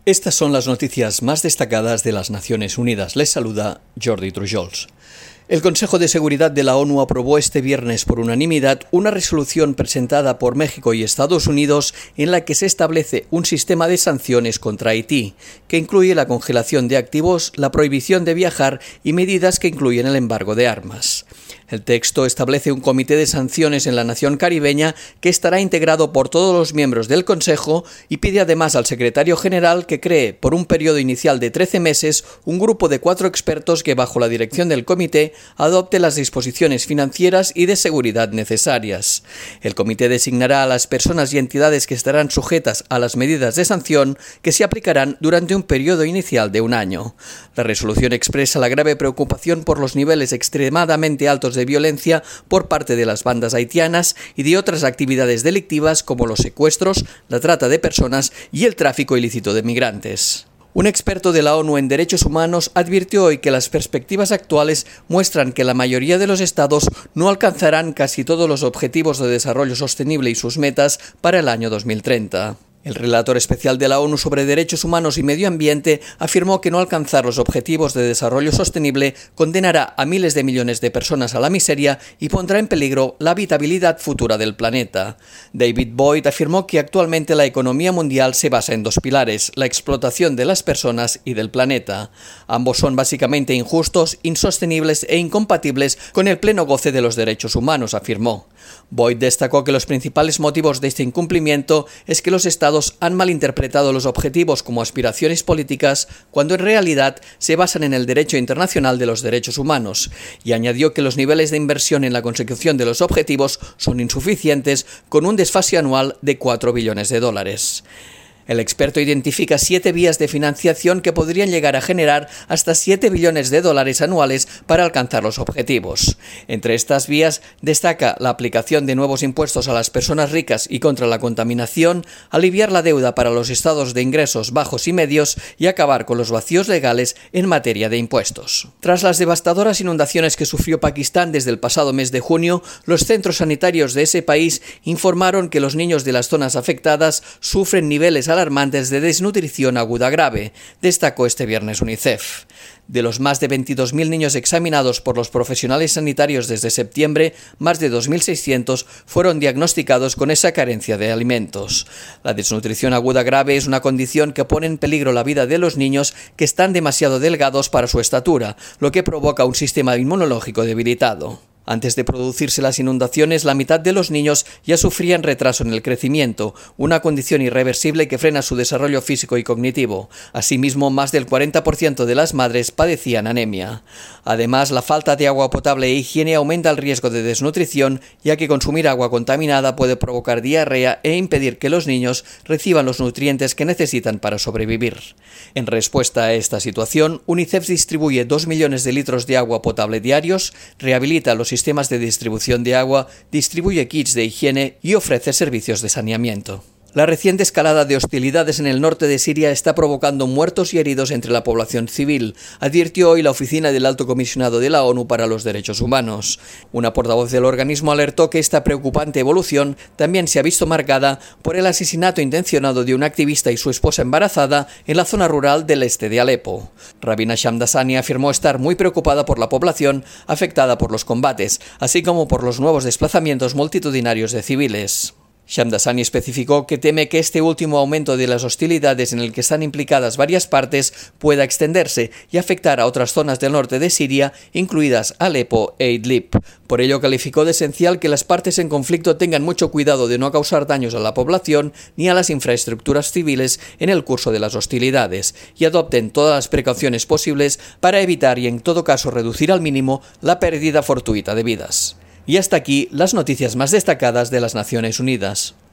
Estas son las noticias más destacadas de las Naciones Unidas. Les saluda Jordi Trujols. El Consejo de Seguridad de la ONU aprobó este viernes por unanimidad una resolución presentada por México y Estados Unidos en la que se establece un sistema de sanciones contra Haití, que incluye la congelación de activos, la prohibición de viajar y medidas que incluyen el embargo de armas. El texto establece un comité de sanciones en la nación caribeña que estará integrado por todos los miembros del Consejo y pide además al secretario general que cree, por un periodo inicial de 13 meses, un grupo de 4 expertos que, bajo la dirección del comité, adopte las disposiciones financieras y de seguridad necesarias. El comité designará a las personas y entidades que estarán sujetas a las medidas de sanción que se aplicarán durante un periodo inicial de un año. La resolución expresa la grave preocupación por los niveles extremadamente altos de violencia por parte de las bandas haitianas y de otras actividades delictivas como los secuestros, la trata de personas y el tráfico ilícito de migrantes. Un experto de la ONU en derechos humanos advirtió hoy que las perspectivas actuales muestran que la mayoría de los estados no alcanzarán casi todos los objetivos de desarrollo sostenible y sus metas para el año 2030. El relator especial de la ONU sobre Derechos Humanos y Medio Ambiente afirmó que no alcanzar los objetivos de desarrollo sostenible condenará a miles de millones de personas a la miseria y pondrá en peligro la habitabilidad futura del planeta. David Boyd afirmó que actualmente la economía mundial se basa en 2 pilares, la explotación de las personas y del planeta. Ambos son básicamente injustos, insostenibles e incompatibles con el pleno goce de los derechos humanos, afirmó. Boyd destacó que los principales motivos de este incumplimiento es que los estados han malinterpretado los objetivos como aspiraciones políticas cuando en realidad se basan en el derecho internacional de los derechos humanos, y añadió que los niveles de inversión en la consecución de los objetivos son insuficientes, con un desfase anual de $4 billones. El experto identifica 7 vías de financiación que podrían llegar a generar hasta $7 billones anuales para alcanzar los objetivos. Entre estas vías destaca la aplicación de nuevos impuestos a las personas ricas y contra la contaminación, aliviar la deuda para los estados de ingresos bajos y medios y acabar con los vacíos legales en materia de impuestos. Tras las devastadoras inundaciones que sufrió Pakistán desde el pasado mes de junio, los centros sanitarios de ese país informaron que los niños de las zonas afectadas sufren niveles alarmantes de desnutrición aguda grave, destacó este viernes UNICEF. De los más de 22.000 niños examinados por los profesionales sanitarios desde septiembre, más de 2.600 fueron diagnosticados con esa carencia de alimentos. La desnutrición aguda grave es una condición que pone en peligro la vida de los niños que están demasiado delgados para su estatura, lo que provoca un sistema inmunológico debilitado. Antes de producirse las inundaciones, la mitad de los niños ya sufrían retraso en el crecimiento, una condición irreversible que frena su desarrollo físico y cognitivo. Asimismo, más del 40% de las madres padecían anemia. Además, la falta de agua potable e higiene aumenta el riesgo de desnutrición, ya que consumir agua contaminada puede provocar diarrea e impedir que los niños reciban los nutrientes que necesitan para sobrevivir. En respuesta a esta situación, UNICEF distribuye 2 millones de litros de agua potable diarios, rehabilita los sistemas de distribución de agua, distribuye kits de higiene y ofrece servicios de saneamiento. La reciente escalada de hostilidades en el norte de Siria está provocando muertos y heridos entre la población civil, advirtió hoy la oficina del Alto Comisionado de la ONU para los Derechos Humanos. Una portavoz del organismo alertó que esta preocupante evolución también se ha visto marcada por el asesinato intencionado de un activista y su esposa embarazada en la zona rural del este de Alepo. Rabina Shamdasani afirmó estar muy preocupada por la población afectada por los combates, así como por los nuevos desplazamientos multitudinarios de civiles. Shamdasani especificó que teme que este último aumento de las hostilidades en el que están implicadas varias partes pueda extenderse y afectar a otras zonas del norte de Siria, incluidas Alepo e Idlib. Por ello calificó de esencial que las partes en conflicto tengan mucho cuidado de no causar daños a la población ni a las infraestructuras civiles en el curso de las hostilidades y adopten todas las precauciones posibles para evitar y en todo caso reducir al mínimo la pérdida fortuita de vidas. Y hasta aquí las noticias más destacadas de las Naciones Unidas.